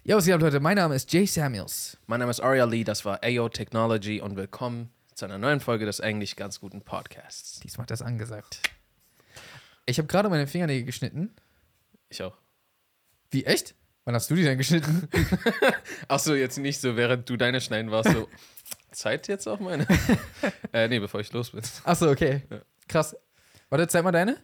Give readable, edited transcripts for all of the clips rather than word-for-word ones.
Ja, was geht ab, Leute? Mein Name ist Jay Samuels. Mein Name ist Aria Lee, das war AO Technology und willkommen zu einer neuen Folge des eigentlich ganz guten Podcasts. Diesmal hat das angesagt. Ich habe gerade meine Fingernägel geschnitten. Ich auch. Wie, echt? Wann hast du die denn geschnitten? Achso, jetzt nicht so, während du deine schneiden warst, so Zeit jetzt auch meine? Nee, bevor ich los bin. Achso, okay. Ja. Krass. Warte, zeig mal deine.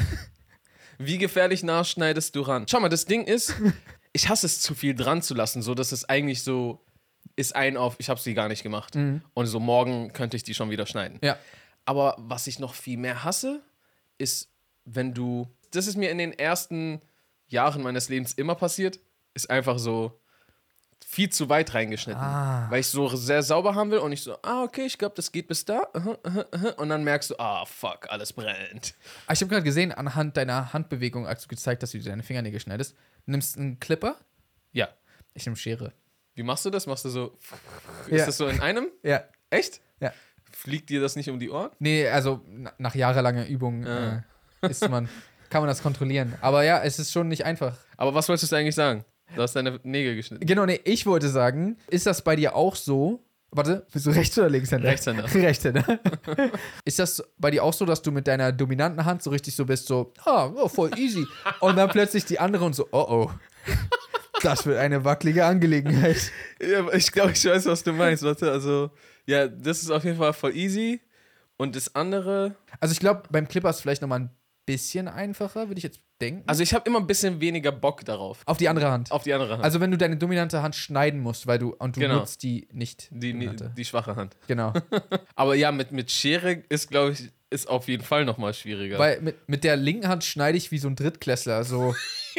Wie gefährlich nah schneidest du ran? Schau mal, das Ding ist, ich hasse es zu viel dran zu lassen, so dass es eigentlich so ist ich habe sie gar nicht gemacht. Und so morgen könnte ich die schon wieder schneiden. Ja. Aber was ich noch viel mehr hasse, ist, das ist mir in den ersten Jahren meines Lebens immer passiert, ist einfach so viel zu weit reingeschnitten. Weil ich so sehr sauber haben will und ich so, okay, ich glaube, das geht bis da. Und dann merkst du, fuck, alles brennt. Ich habe gerade gesehen, anhand deiner Handbewegung, als du gezeigt hast, wie du deine Fingernägel schneidest, nimmst einen Clipper. Ja. Ich nehme Schere. Wie machst du das? Machst du so, Ja. ist das so in einem? Ja. Echt? Ja. Fliegt dir das nicht um die Ohren? Nee, also nach jahrelanger Übung kann man das kontrollieren. Aber ja, es ist schon nicht einfach. Aber was wolltest du eigentlich sagen? Du hast deine Nägel geschnitten. Genau, nee, ich wollte sagen, ist das bei dir auch so? Warte, bist du Rechts- oder Linkshänder? Rechtshänder. Rechtshänder. Ist das bei dir auch so, dass du mit deiner dominanten Hand so richtig so bist, so, voll easy. Und dann plötzlich die andere und so, oh. Das wird eine wackelige Angelegenheit. Ja, ich glaube, ich weiß, was du meinst. Warte, also, ja, das ist auf jeden Fall voll easy. Und das andere. Also ich glaube, beim Clipper ist es vielleicht nochmal ein bisschen einfacher, würde ich jetzt denken. Also, ich habe immer ein bisschen weniger Bock darauf. Auf die andere Hand. Auf die andere Hand. Also wenn du deine dominante Hand schneiden musst, weil du Genau. nutzt die nicht. Die schwache Hand. Genau. Aber ja, mit Schere ist, glaube ich, ist auf jeden Fall nochmal schwieriger. Weil mit der linken Hand schneide ich wie so ein Drittklässler. So.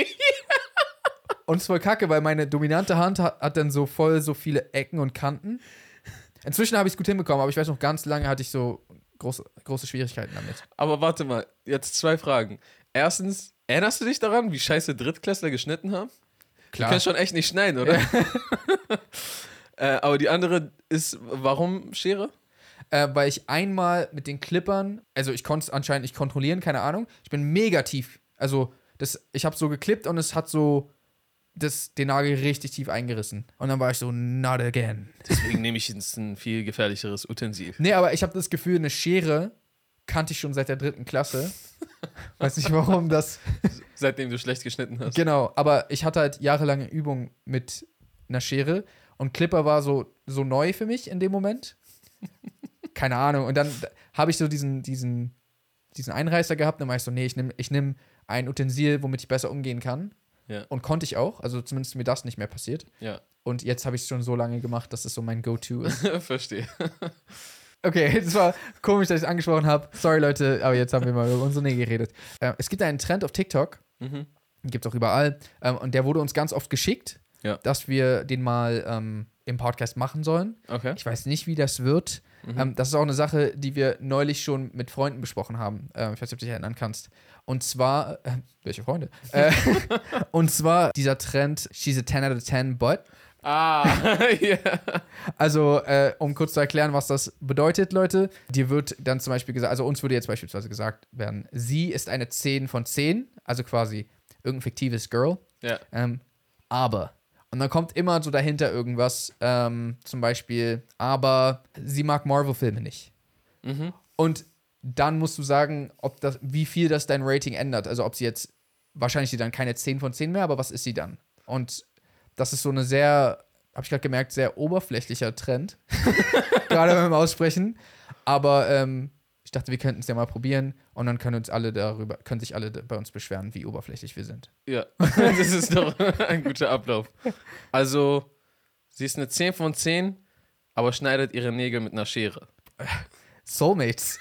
Und es ist voll kacke, weil meine dominante Hand hat dann so voll so viele Ecken und Kanten. Inzwischen habe ich es gut hinbekommen, aber ich weiß noch, ganz lange hatte ich so große Schwierigkeiten damit. Aber warte mal, jetzt 2 Fragen. Erstens, erinnerst du dich daran, wie scheiße Drittklässler geschnitten haben? Klar. Die können schon echt nicht schneiden, oder? Aber die andere ist, warum Schere? Weil ich einmal mit den Clippern, also ich konnte es anscheinend nicht kontrollieren, keine Ahnung. Ich bin mega tief. Also ich habe so geklippt und es hat so den Nagel richtig tief eingerissen. Und dann war ich so, not again. Deswegen nehme ich jetzt ein viel gefährlicheres Utensil. Nee, aber ich habe das Gefühl, eine Schere kannte ich schon seit der 3. Klasse. Weiß nicht, warum das... Seitdem du schlecht geschnitten hast. Genau, aber ich hatte halt jahrelange Übung mit einer Schere und Clipper war so neu für mich in dem Moment. Keine Ahnung. Und dann habe ich so diesen Einreißer gehabt und dann war ich so, nee, ich nehm ein Utensil, womit ich besser umgehen kann. Ja. Und konnte ich auch. Also zumindest mir das nicht mehr passiert. Ja. Und jetzt habe ich es schon so lange gemacht, dass es so mein Go-To ist. Verstehe. Okay, das war komisch, dass ich es angesprochen habe. Sorry, Leute, aber jetzt haben wir mal über unsere Nägel geredet. Es gibt einen Trend auf TikTok, gibt es auch überall, und der wurde uns ganz oft geschickt, dass wir den mal im Podcast machen sollen. Okay. Ich weiß nicht, wie das wird. Das ist auch eine Sache, die wir neulich schon mit Freunden besprochen haben. Ich weiß nicht, ob du dich erinnern kannst. Und zwar, welche Freunde? Und zwar dieser Trend, she's a 10 out of 10 but. Ja. Also, um kurz zu erklären, was das bedeutet, Leute. Dir wird dann zum Beispiel gesagt, also uns würde jetzt beispielsweise gesagt werden, sie ist eine 10 von 10, also quasi irgendein fiktives Girl. Ja. Aber. Und dann kommt immer so dahinter irgendwas, zum Beispiel, aber sie mag Marvel-Filme nicht. Und dann musst du sagen, wie viel das dein Rating ändert. Also ob sie jetzt, wahrscheinlich sie dann keine 10 von 10 mehr, aber was ist sie dann? Und das ist so eine sehr, habe ich gerade gemerkt, sehr oberflächlicher Trend. Gerade beim Aussprechen. Aber ich dachte, wir könnten es ja mal probieren und dann können sich alle bei uns beschweren, wie oberflächlich wir sind. Ja, das ist doch ein guter Ablauf. Also, sie ist eine 10 von 10, aber schneidet ihre Nägel mit einer Schere. Soulmates.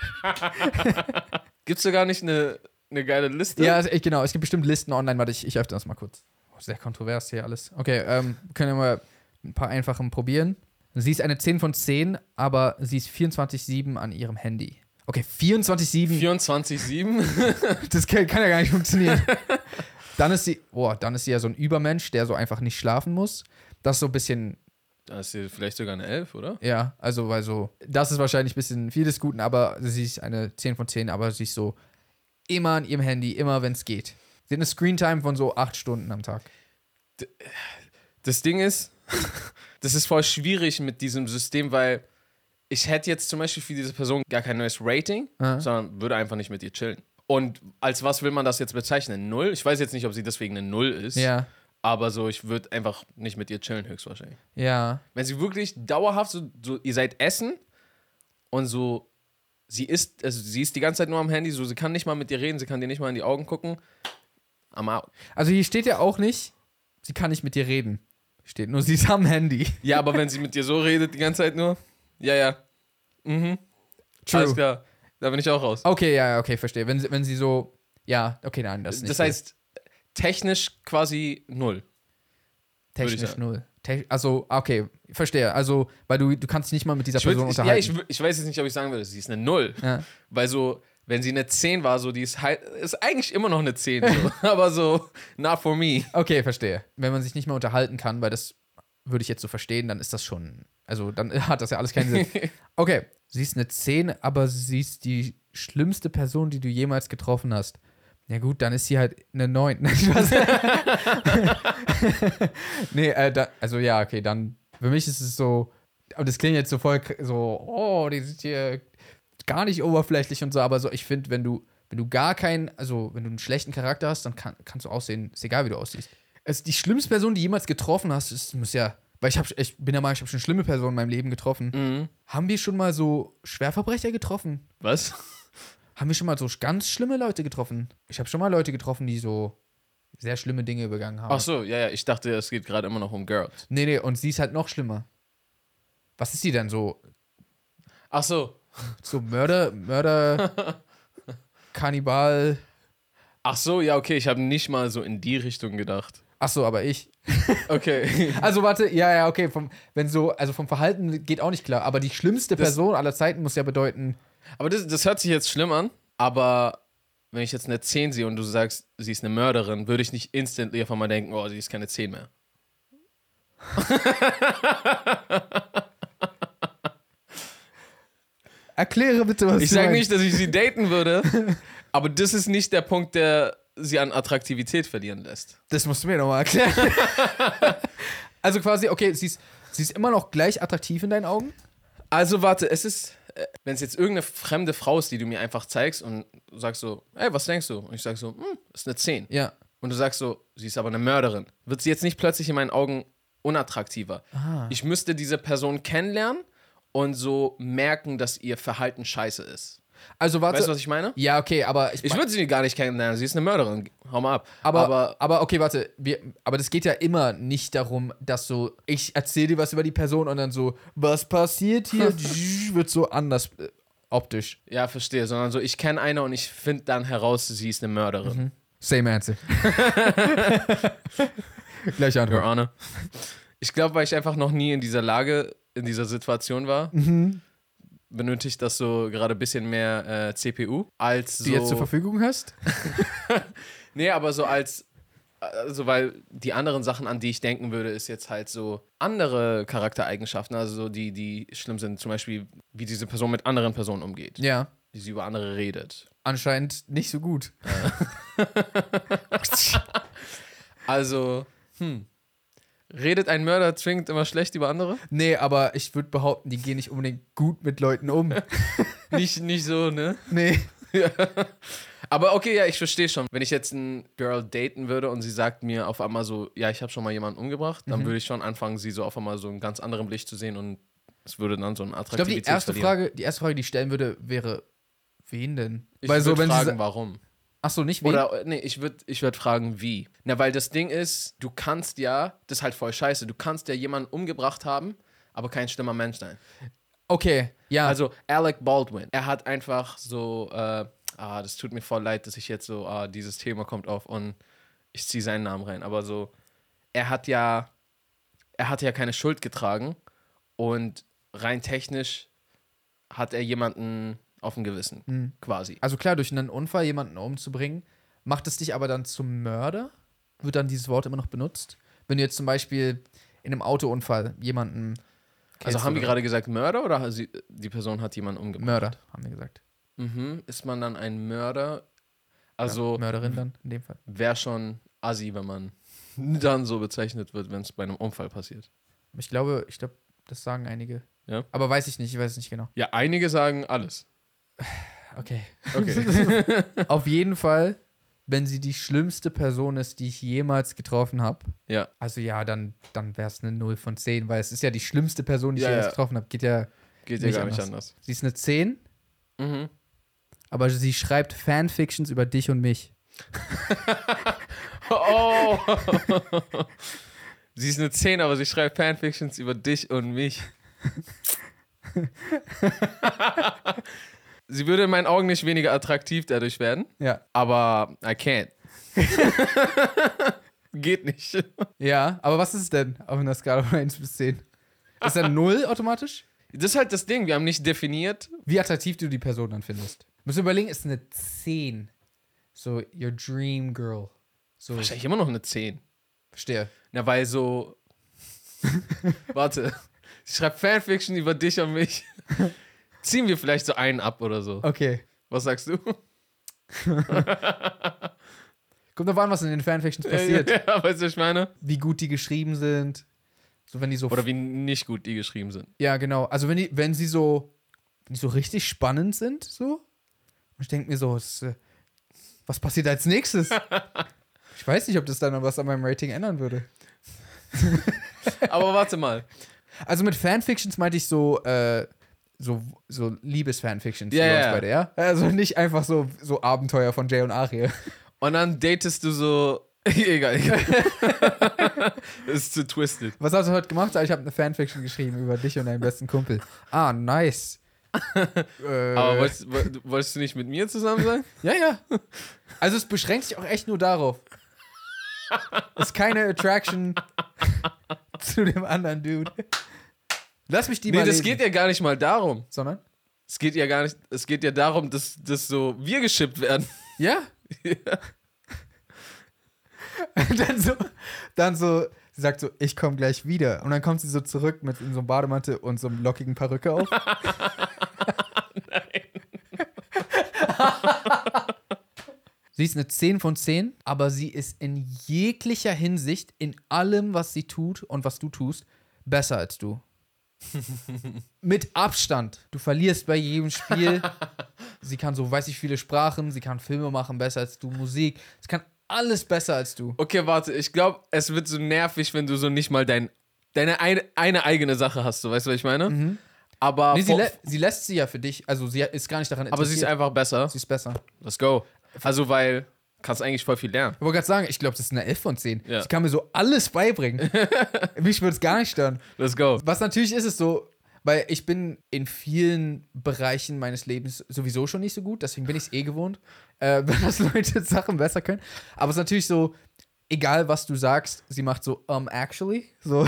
Gibt's da gar nicht eine geile Liste? Ja, genau. Es gibt bestimmt Listen online. Warte, ich öffne das mal kurz. Sehr kontrovers hier alles. Okay, können wir mal ein paar einfachen probieren. Sie ist eine 10 von 10, aber sie ist 24/7 an ihrem Handy. Okay, 24/7. 24/7? Das kann ja gar nicht funktionieren. Dann ist sie ja so ein Übermensch, der so einfach nicht schlafen muss. Das ist so ein bisschen... Da ist sie vielleicht sogar eine 11, oder? Ja, also, weil so... Das ist wahrscheinlich ein bisschen viel des Guten, aber sie ist eine 10 von 10, aber sie ist so immer an ihrem Handy, immer wenn es geht. Sie hat eine Screentime von so 8 Stunden am Tag. Das Ding ist, das ist voll schwierig mit diesem System, weil ich hätte jetzt zum Beispiel für diese Person gar kein neues Rating, sondern würde einfach nicht mit ihr chillen. Und als was will man das jetzt bezeichnen? 0? Ich weiß jetzt nicht, ob sie deswegen eine 0 ist. Ja. Aber so, ich würde einfach nicht mit ihr chillen, höchstwahrscheinlich. Ja. Wenn sie wirklich dauerhaft so ihr seid essen und so, sie ist die ganze Zeit nur am Handy, so, sie kann nicht mal mit dir reden, sie kann dir nicht mal in die Augen gucken. I'm out. Also hier steht ja auch nicht, sie kann nicht mit dir reden. Steht nur, sie ist am Handy. Ja, aber wenn sie mit dir so redet die ganze Zeit nur, ja. Mhm. True. Alles klar. Da bin ich auch raus. Okay, ja, okay, verstehe. Wenn sie so, ja, okay, nein, das ist nicht. Das heißt, technisch quasi 0. Technisch 0. Also, okay, verstehe. Also, weil du kannst dich nicht mal mit dieser Person unterhalten. Ja, ich weiß jetzt nicht, ob ich sagen würde, sie ist eine 0. Ja. Weil so, wenn sie eine 10 war, so, die ist eigentlich immer noch eine 10. So. Aber so, not for me. Okay, verstehe. Wenn man sich nicht mehr unterhalten kann, weil das würde ich jetzt so verstehen, dann ist das schon, also dann hat das ja alles keinen Sinn. Okay, sie ist eine 10, aber sie ist die schlimmste Person, die du jemals getroffen hast. Ja gut, dann ist sie halt eine 9. Nee, also ja, okay, dann, für mich ist es so, und das klingt jetzt so voll so, oh, die sind hier gar nicht oberflächlich und so, aber so, ich finde, wenn du gar keinen, also wenn du einen schlechten Charakter hast, dann kannst du aussehen, ist egal, wie du aussiehst. Also die schlimmste Person, die du jemals getroffen hast, muss ja, weil ich bin der Meinung, ich habe schon schlimme Personen in meinem Leben getroffen. Mhm. Haben wir schon mal so Schwerverbrecher getroffen? Was? Haben wir schon mal so ganz schlimme Leute getroffen? Ich habe schon mal Leute getroffen, die so sehr schlimme Dinge begangen haben. Ach so, ja, ich dachte, es geht gerade immer noch um Girls. Nee, und sie ist halt noch schlimmer. Was ist sie denn so? Ach so. So Mörder, Kannibal. Ach so, ja, okay, ich habe nicht mal so in die Richtung gedacht. Ach so, aber ich. Okay. Also warte, ja, okay, vom Verhalten geht auch nicht klar, aber die schlimmste Person aller Zeiten muss ja bedeuten. Aber das hört sich jetzt schlimm an, aber wenn ich jetzt eine 10 sehe und du sagst, sie ist eine Mörderin, würde ich nicht instantly auf einmal denken, oh, sie ist keine 10 mehr. Erkläre bitte, was Ich sage nicht, dass ich sie daten würde, aber das ist nicht der Punkt, der sie an Attraktivität verlieren lässt. Das musst du mir nochmal erklären. Also quasi, okay, sie ist immer noch gleich attraktiv in deinen Augen? Also warte, es ist, wenn es jetzt irgendeine fremde Frau ist, die du mir einfach zeigst und du sagst so, ey, was denkst du? Und ich sag so, ist eine 10. Ja. Und du sagst so, sie ist aber eine Mörderin. Wird sie jetzt nicht plötzlich in meinen Augen unattraktiver. Aha. Ich müsste diese Person kennenlernen und so merken, dass ihr Verhalten scheiße ist. Also warte. Weißt du, was ich meine? Ja, okay, aber Ich würde sie gar nicht kennenlernen. Sie ist eine Mörderin. Hau mal ab. Aber okay, warte. Aber das geht ja immer nicht darum, dass so, ich erzähle dir was über die Person und dann so, was passiert hier? Wird so anders optisch. Ja, verstehe. Sondern so, ich kenne eine und ich finde dann heraus, sie ist eine Mörderin. Mhm. Same answer. Gleiche Your Antwort. Honor. Ich glaube, weil ich einfach noch nie in dieser Lage, in dieser Situation war, benötigt das so gerade ein bisschen mehr CPU als so. Die jetzt zur Verfügung hast? Nee, aber so also weil die anderen Sachen, an die ich denken würde, ist jetzt halt so andere Charaktereigenschaften, also so die schlimm sind, zum Beispiel, wie diese Person mit anderen Personen umgeht, Ja. wie sie über andere redet. Anscheinend nicht so gut. Also, redet ein Mörder zwingend immer schlecht über andere? Nee, aber ich würde behaupten, die gehen nicht unbedingt gut mit Leuten um. Nicht so, ne? Nee. Ja. Aber okay, ja, ich verstehe schon. Wenn ich jetzt ein Girl daten würde und sie sagt mir auf einmal so, ja, ich habe schon mal jemanden umgebracht, dann würde ich schon anfangen, sie so auf einmal so in ganz anderem Licht zu sehen und es würde dann so eine Ich glaube, Attraktivität die erste Frage, die ich stellen würde, wäre, wen denn? Ich Weil so, würde wenn fragen, warum. Achso, nicht wen? Oder, nee, ich würd fragen, wie. Na, weil das Ding ist, du kannst ja, das ist halt voll scheiße, du kannst ja jemanden umgebracht haben, aber kein schlimmer Mensch sein. Okay, ja. Also, Alec Baldwin, er hat einfach so, das tut mir voll leid, dass ich jetzt so, dieses Thema kommt auf und ich ziehe seinen Namen rein, aber so, er hatte ja keine Schuld getragen und rein technisch hat er jemanden auf dem Gewissen, quasi. Also klar, durch einen Unfall jemanden umzubringen, macht es dich aber dann zum Mörder? Wird dann dieses Wort immer noch benutzt? Wenn du jetzt zum Beispiel in einem Autounfall jemanden Also haben wir gerade gesagt Mörder oder die Person hat jemanden umgebracht? Mörder, haben wir gesagt. Ist man dann ein Mörder? Also ja, Mörderin dann, in dem Fall. wäre schon assi, wenn man dann so bezeichnet wird, wenn es bei einem Unfall passiert. Ich glaube, das sagen einige. Ja. Aber weiß ich nicht, ich weiß es nicht genau. Ja, einige sagen alles. Okay. Okay. Auf jeden Fall, wenn sie die schlimmste Person ist, die ich jemals getroffen habe, Ja. also ja, dann wäre es eine 0 von 10, weil es ist ja die schlimmste Person, die ich Ja, jemals ja. getroffen habe. Geht ja Gar nicht anders. Sie ist eine 10, Mhm. aber sie schreibt Fanfictions über dich und mich. Oh! Sie ist eine 10, aber sie schreibt Fanfictions über dich und mich. Sie würde in meinen Augen nicht weniger attraktiv dadurch werden, Ja. aber I can't. Geht nicht. Ja, aber was ist es denn auf einer Skala von 1 bis 10? Ist dann 0 automatisch? Das ist halt das Ding, wir haben nicht definiert. Wie attraktiv du die Person dann findest. Musst du überlegen, ist eine 10. So, your dream girl. So, Wahrscheinlich immer noch eine 10. verstehe. Na, weil so. Warte. Sie schreibt Fanfiction über dich und mich. Ziehen wir vielleicht so einen ab oder so. Okay. Was sagst du? Kommt drauf an, was in den Fanfictions passiert. Ja, weißt du, was ich meine? Wie gut die geschrieben sind. So, wenn die so. Oder wie nicht gut die geschrieben sind. Ja, genau. Also, wenn sie so richtig spannend sind, so. Und ich denke mir so, was passiert als nächstes? Ich weiß nicht, ob das dann was an meinem Rating ändern würde. Aber warte mal. Also mit Fanfictions meinte ich so Liebes-Fanfictions. Ja, für uns ja. beide, ja? Also nicht einfach so Abenteuer von Jay und Ariel. Und dann datest du so. Egal. Das ist zu twisted. Was hast du heute gemacht? Ich habe eine Fanfiction geschrieben über dich und deinen besten Kumpel. Ah, nice. Aber wolltest du nicht mit mir zusammen sein? Ja. Also es beschränkt sich auch echt nur darauf. Es ist keine Attraction zu dem anderen Dude. Lass mich die mal Nee, das lesen. geht ja gar nicht mal darum. Sondern? Es geht ja gar nicht. Es geht ja darum, dass so wir geschippt werden. Ja. Dann so, sie sagt so, ich komme gleich wieder. Und dann kommt sie so zurück mit in so einem Bademantel und so einem lockigen Perücke auf. Nein. Sie ist eine 10 von 10, aber sie ist in jeglicher Hinsicht, in allem, was sie tut und was du tust, besser als du. Mit Abstand. Du verlierst bei jedem Spiel. Sie kann so, weiß ich, viele Sprachen. Sie kann Filme machen besser als du, Musik. Sie kann alles besser als du. Okay, warte. Ich glaube, es wird so nervig, wenn du so nicht mal deine eine eigene Sache hast. So, weißt du, was ich meine? Mhm. Aber, Nee, sie lässt sie ja für dich. Also sie ist gar nicht daran interessiert. aber sie ist einfach besser. Sie ist besser. Let's go. Also, weil kannst eigentlich voll viel lernen. Ich wollte gerade sagen, ich glaube, das ist eine 11 von 10. Ja. Sie kann mir so alles beibringen. Mich würde es gar nicht stören. Let's go. Was natürlich ist es so, weil ich bin in vielen Bereichen meines Lebens sowieso schon nicht so gut, deswegen bin ich es gewohnt, wenn das Leute Sachen besser können. Aber es ist natürlich so, egal was du sagst, sie macht so, actually, so.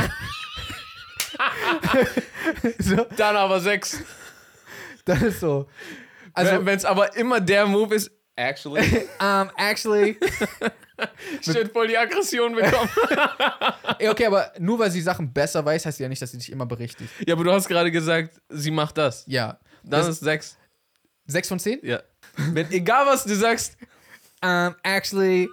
So, Dann aber 6. das ist so. Also, Wenn es aber immer der Move ist, actually. actually. Schön voll die Aggression bekommen. Okay, aber nur weil sie Sachen besser weiß, heißt ja nicht, dass sie dich immer berichtigt. Ja, aber du hast gerade gesagt, sie macht das. Ja. Dann Das- ist 6. 6 von 10? Ja. Wenn, egal was du sagst, Actually.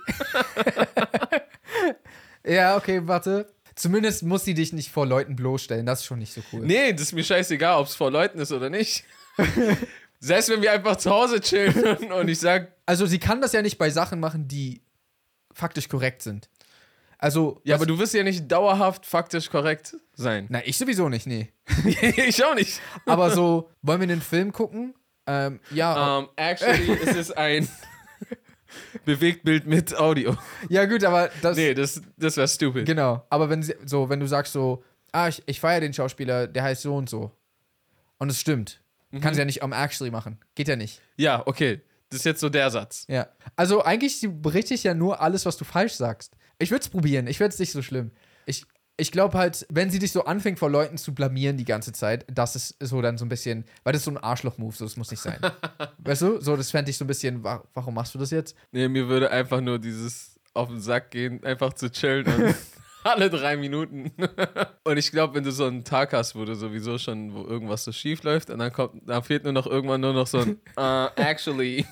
Ja, okay, warte. Zumindest muss sie dich nicht vor Leuten bloßstellen. Das ist schon nicht so cool. nee, das ist mir scheißegal, ob es vor Leuten ist oder nicht. Selbst wenn wir einfach zu Hause chillen und ich sag, Also, sie kann das ja nicht bei Sachen machen, die faktisch korrekt sind. Also. ja, aber du wirst ja nicht dauerhaft faktisch korrekt sein. Na, ich sowieso nicht, nee. Ich auch nicht. Aber so, wollen wir einen Film gucken? Ja. Actually ist es ein Bewegtbild mit Audio. Ja, gut, aber das. Nee, das wäre stupid. Genau. Aber wenn du sagst so, ich feiere den Schauspieler, der heißt so und so. Und es stimmt. Kann sie ja nicht actually machen. Geht ja nicht. Ja, okay. Das ist jetzt so der Satz. Ja. Also eigentlich, sie berichtigt ja nur alles, was du falsch sagst. Ich würde es probieren. Ich fände es nicht so schlimm. Ich glaube halt, wenn sie dich so anfängt, vor Leuten zu blamieren die ganze Zeit, das ist so dann so ein bisschen, weil das ist so ein Arschloch-Move, so, das muss nicht sein. Weißt du? So, das fände ich so ein bisschen, warum machst du das jetzt? Nee, mir würde einfach nur dieses auf den Sack gehen, einfach zu chillen und alle 3 Minuten. Und ich glaube, wenn du so einen Tag hast, wo du sowieso schon, wo irgendwas so schief läuft und dann fehlt irgendwann nur noch so ein actually.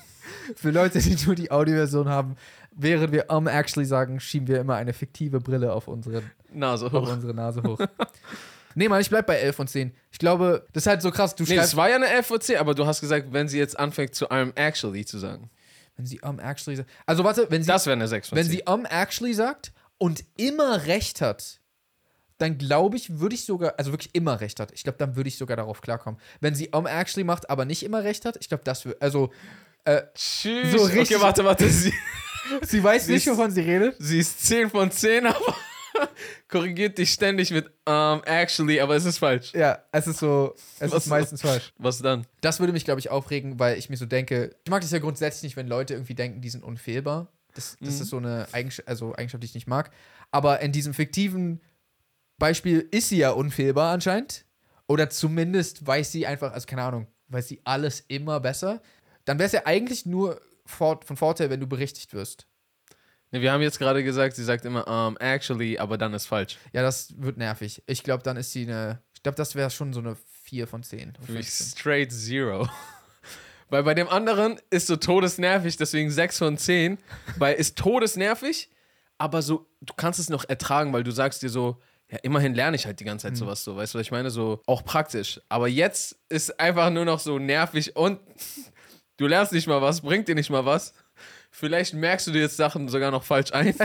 Für Leute, die nur die Audioversion haben, während wir actually sagen, schieben wir immer eine fiktive Brille auf unsere Nase auf unsere Nase hoch. Nee, Mann, ich bleib bei 11 von 10. Ich glaube, das ist halt so krass. Du Nee, schreibst, es war ja eine 11 von 10, aber du hast gesagt, wenn sie jetzt anfängt zu actually zu sagen. wenn sie actually sagt. Also warte, wenn sie, Das wäre eine 6 von 10. wenn sie actually sagt und immer recht hat, dann glaube ich, würde ich sogar, also wirklich immer recht hat. Ich glaube, dann würde ich sogar darauf klarkommen. Wenn sie actually macht, aber nicht immer recht hat, ich glaube, das würde, also Tschüss. so richtig- Okay, warte. sie weiß Sie nicht, ist- wovon sie redet. Sie ist 10 von 10, aber korrigiert dich ständig mit actually, aber es ist falsch. Ja, es ist so, es Was- ist meistens falsch. Was dann? Das würde mich, glaube ich, aufregen, weil ich mir so denke, ich mag das ja grundsätzlich nicht, wenn Leute irgendwie denken, die sind unfehlbar. Das ist so eine Eigenschaft, die ich nicht mag. Aber in diesem fiktiven Beispiel ist sie ja unfehlbar anscheinend. Oder zumindest weiß sie einfach, also keine Ahnung, weiß sie alles immer besser. Dann wäre es ja eigentlich nur von Vorteil, wenn du berichtigt wirst. Ne, wir haben jetzt gerade gesagt, sie sagt immer actually, aber dann ist falsch. Ja, das wird nervig. Ich glaube, dann ist sie ich glaube, das wäre schon so eine 4 von 10. Für mich straight 0. Weil bei dem anderen ist so todesnervig, deswegen 6 von 10. Weil ist todesnervig, aber so, du kannst es noch ertragen, weil du sagst dir so, ja, immerhin lerne ich halt die ganze Zeit sowas so, weißt du, was ich meine? So auch praktisch. Aber jetzt ist einfach nur noch so nervig und du lernst nicht mal was, bringt dir nicht mal was. Vielleicht merkst du dir jetzt Sachen sogar noch falsch ein.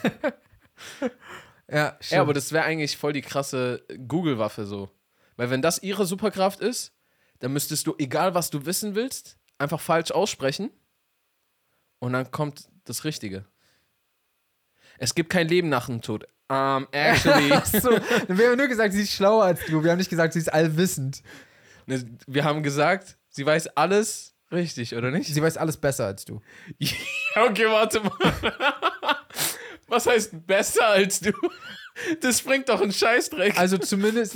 Ja, Ja, aber das wäre eigentlich voll die krasse Google-Waffe so. Weil wenn das ihre Superkraft ist, dann müsstest du, egal was du wissen willst, einfach falsch aussprechen und dann kommt das Richtige. Es gibt kein Leben nach dem Tod. Actually. Achso, wir haben nur gesagt, sie ist schlauer als du. Wir haben nicht gesagt, sie ist allwissend. Wir haben gesagt, sie weiß alles richtig, oder nicht? Sie weiß alles besser als du. Ja, okay, warte mal. Was heißt besser als du? Das bringt doch einen Scheißdreck. Also zumindest.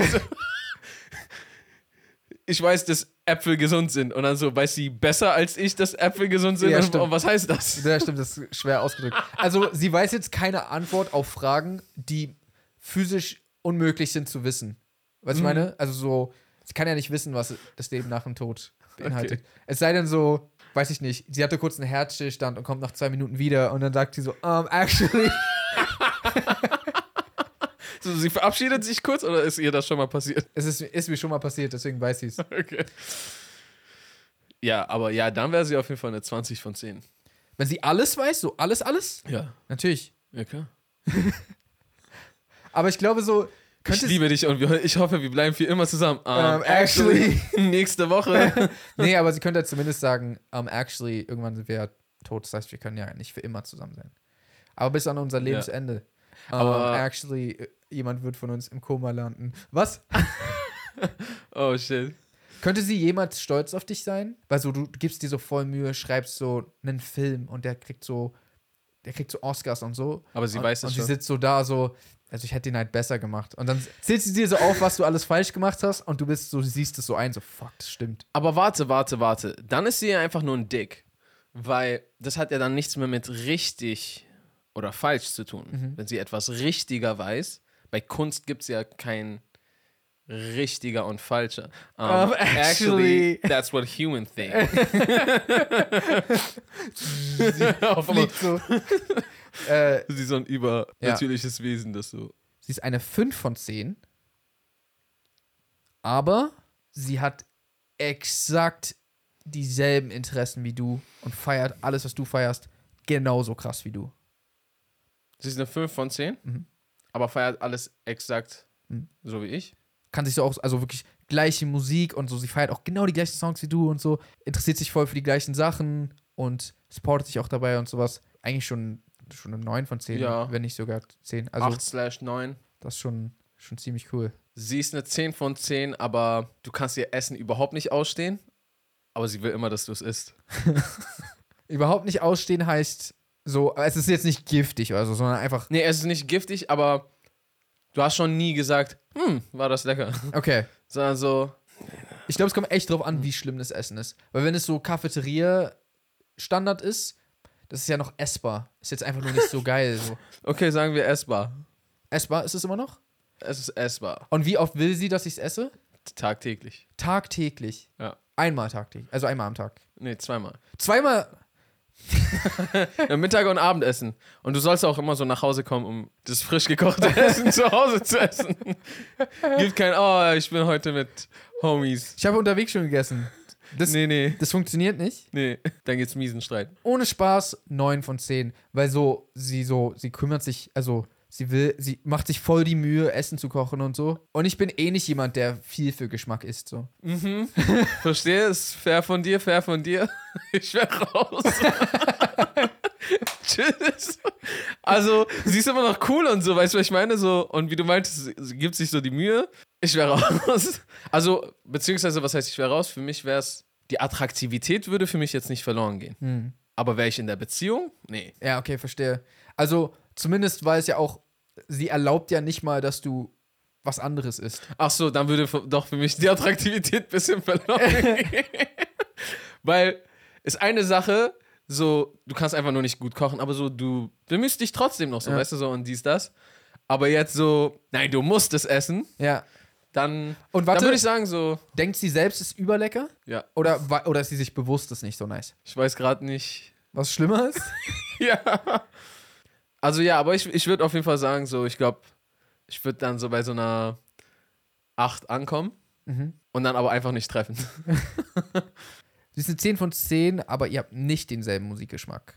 Ich weiß, dass Äpfel gesund sind. Und dann so, weiß sie besser als ich, dass Äpfel gesund sind? Ja, und stimmt. was heißt das? Ja, stimmt, das ist schwer ausgedrückt. Also, sie weiß jetzt keine Antwort auf Fragen, die physisch unmöglich sind zu wissen. Weißt du, ich meine? Also, so, sie kann ja nicht wissen, was das Leben nach dem Tod beinhaltet. Okay. Es sei denn so, weiß ich nicht, sie hatte kurz einen Herzstillstand und kommt nach 2 Minuten wieder und dann sagt sie so, actually. So, sie verabschiedet sich kurz oder ist ihr das schon mal passiert? Es ist mir schon mal passiert, deswegen weiß sie es. Okay. Ja, aber ja, dann wäre sie auf jeden Fall eine 20 von 10. Wenn sie alles weiß, so alles? Ja. Natürlich. Ja, klar. Aber ich glaube so, Ich liebe dich und ich hoffe, wir bleiben für immer zusammen. Actually. Nächste Woche. Nee, aber sie könnte zumindest sagen, actually, irgendwann sind wir ja tot. Das heißt, wir können ja nicht für immer zusammen sein. Aber bis an unser Lebensende. Aber- Actually, jemand wird von uns im Koma landen. Was? Oh, shit. Könnte sie jemals stolz auf dich sein? Weil so, du gibst dir so voll Mühe, schreibst so einen Film und der kriegt so Oscars und so. Aber sie und, weiß es und schon. sie sitzt so da so, also ich hätte den halt besser gemacht. Und dann zählt sie dir so auf, was du alles falsch gemacht hast und du siehst es so ein, so fuck, das stimmt. Aber warte. Dann ist sie ja einfach nur ein Dick. Weil das hat ja dann nichts mehr mit richtig oder falsch zu tun. Wenn sie etwas richtiger weiß. Bei Kunst gibt es ja kein richtiger und falscher. Actually. That's what human think. Fliegt so. Sie ist so ein übernatürliches Wesen, das so. Sie ist eine 5 von 10. Aber sie hat exakt dieselben Interessen wie du und feiert alles, was du feierst, genauso krass wie du. Sie ist eine 5 von 10, aber feiert alles exakt so wie ich. Kann sich so auch, also wirklich gleiche Musik und so, sie feiert auch genau die gleichen Songs wie du und so, interessiert sich voll für die gleichen Sachen und supportet dich auch dabei und sowas. Eigentlich schon eine 9 von 10, Ja. wenn nicht sogar 10. Also 8/9. das ist schon ziemlich cool. Sie ist eine 10 von 10, aber du kannst ihr Essen überhaupt nicht ausstehen. Aber sie will immer, dass du es isst. Überhaupt nicht ausstehen heißt so, es ist jetzt nicht giftig oder so, sondern einfach, Nee, es ist nicht giftig, aber du hast schon nie gesagt, war das lecker. okay. Sondern so, Ich glaube, es kommt echt drauf an, wie schlimm das Essen ist. Weil wenn es so Cafeteria-Standard ist, das ist ja noch essbar. Ist jetzt einfach nur nicht so geil. So. okay, sagen wir essbar. Essbar ist es immer noch? Es ist essbar. Und wie oft will sie, dass ich es esse? Tagtäglich. Tagtäglich. Ja. Einmal tagtäglich, also einmal am Tag. Nee, zweimal. Zweimal? Ja, Mittag und Abendessen. Und du sollst auch immer so nach Hause kommen, um das frisch gekochte Essen zu Hause zu essen. Gibt kein, ich bin heute mit Homies. Ich habe unterwegs schon gegessen. Nee. Das funktioniert nicht. Nee, dann gibt's miesen Streit. Ohne Spaß 9 von 10. Weil sie kümmert sich, also sie macht sich voll die Mühe, Essen zu kochen und so. Und ich bin eh nicht jemand, der viel für Geschmack isst, so. Verstehe, ist fair von dir. Ich wär raus. Tschüss. Also, sie ist immer noch cool und so, weißt du, was ich meine? So, und wie du meintest, sie gibt sich so die Mühe. Ich wär raus. Also, beziehungsweise, was heißt, ich wär raus? Für mich wär's, die Attraktivität würde für mich jetzt nicht verloren gehen. Aber wäre ich in der Beziehung? Nee. Ja, okay, verstehe. Also, zumindest, weil es ja auch, sie erlaubt ja nicht mal, dass du was anderes isst. Ach so, dann würde doch für mich die Attraktivität ein bisschen verloren gehen. Weil, ist eine Sache, so, du kannst einfach nur nicht gut kochen, aber so, du bemühst dich trotzdem noch so, weißt du, so, und dies, das. Aber jetzt so, nein, du musst es essen. Ja. Dann, Und warte, dann würde ich sagen so, denkt sie selbst, ist überlecker? ja, Oder ist sie sich bewusst, ist nicht so nice? ich weiß gerade nicht. Was schlimmer ist? Ja. Also ja, aber ich würde auf jeden Fall sagen, so, ich glaube, ich würde dann so bei so einer 8 ankommen und dann aber einfach nicht treffen. Sie ist eine 10 von 10, aber ihr habt nicht denselben Musikgeschmack.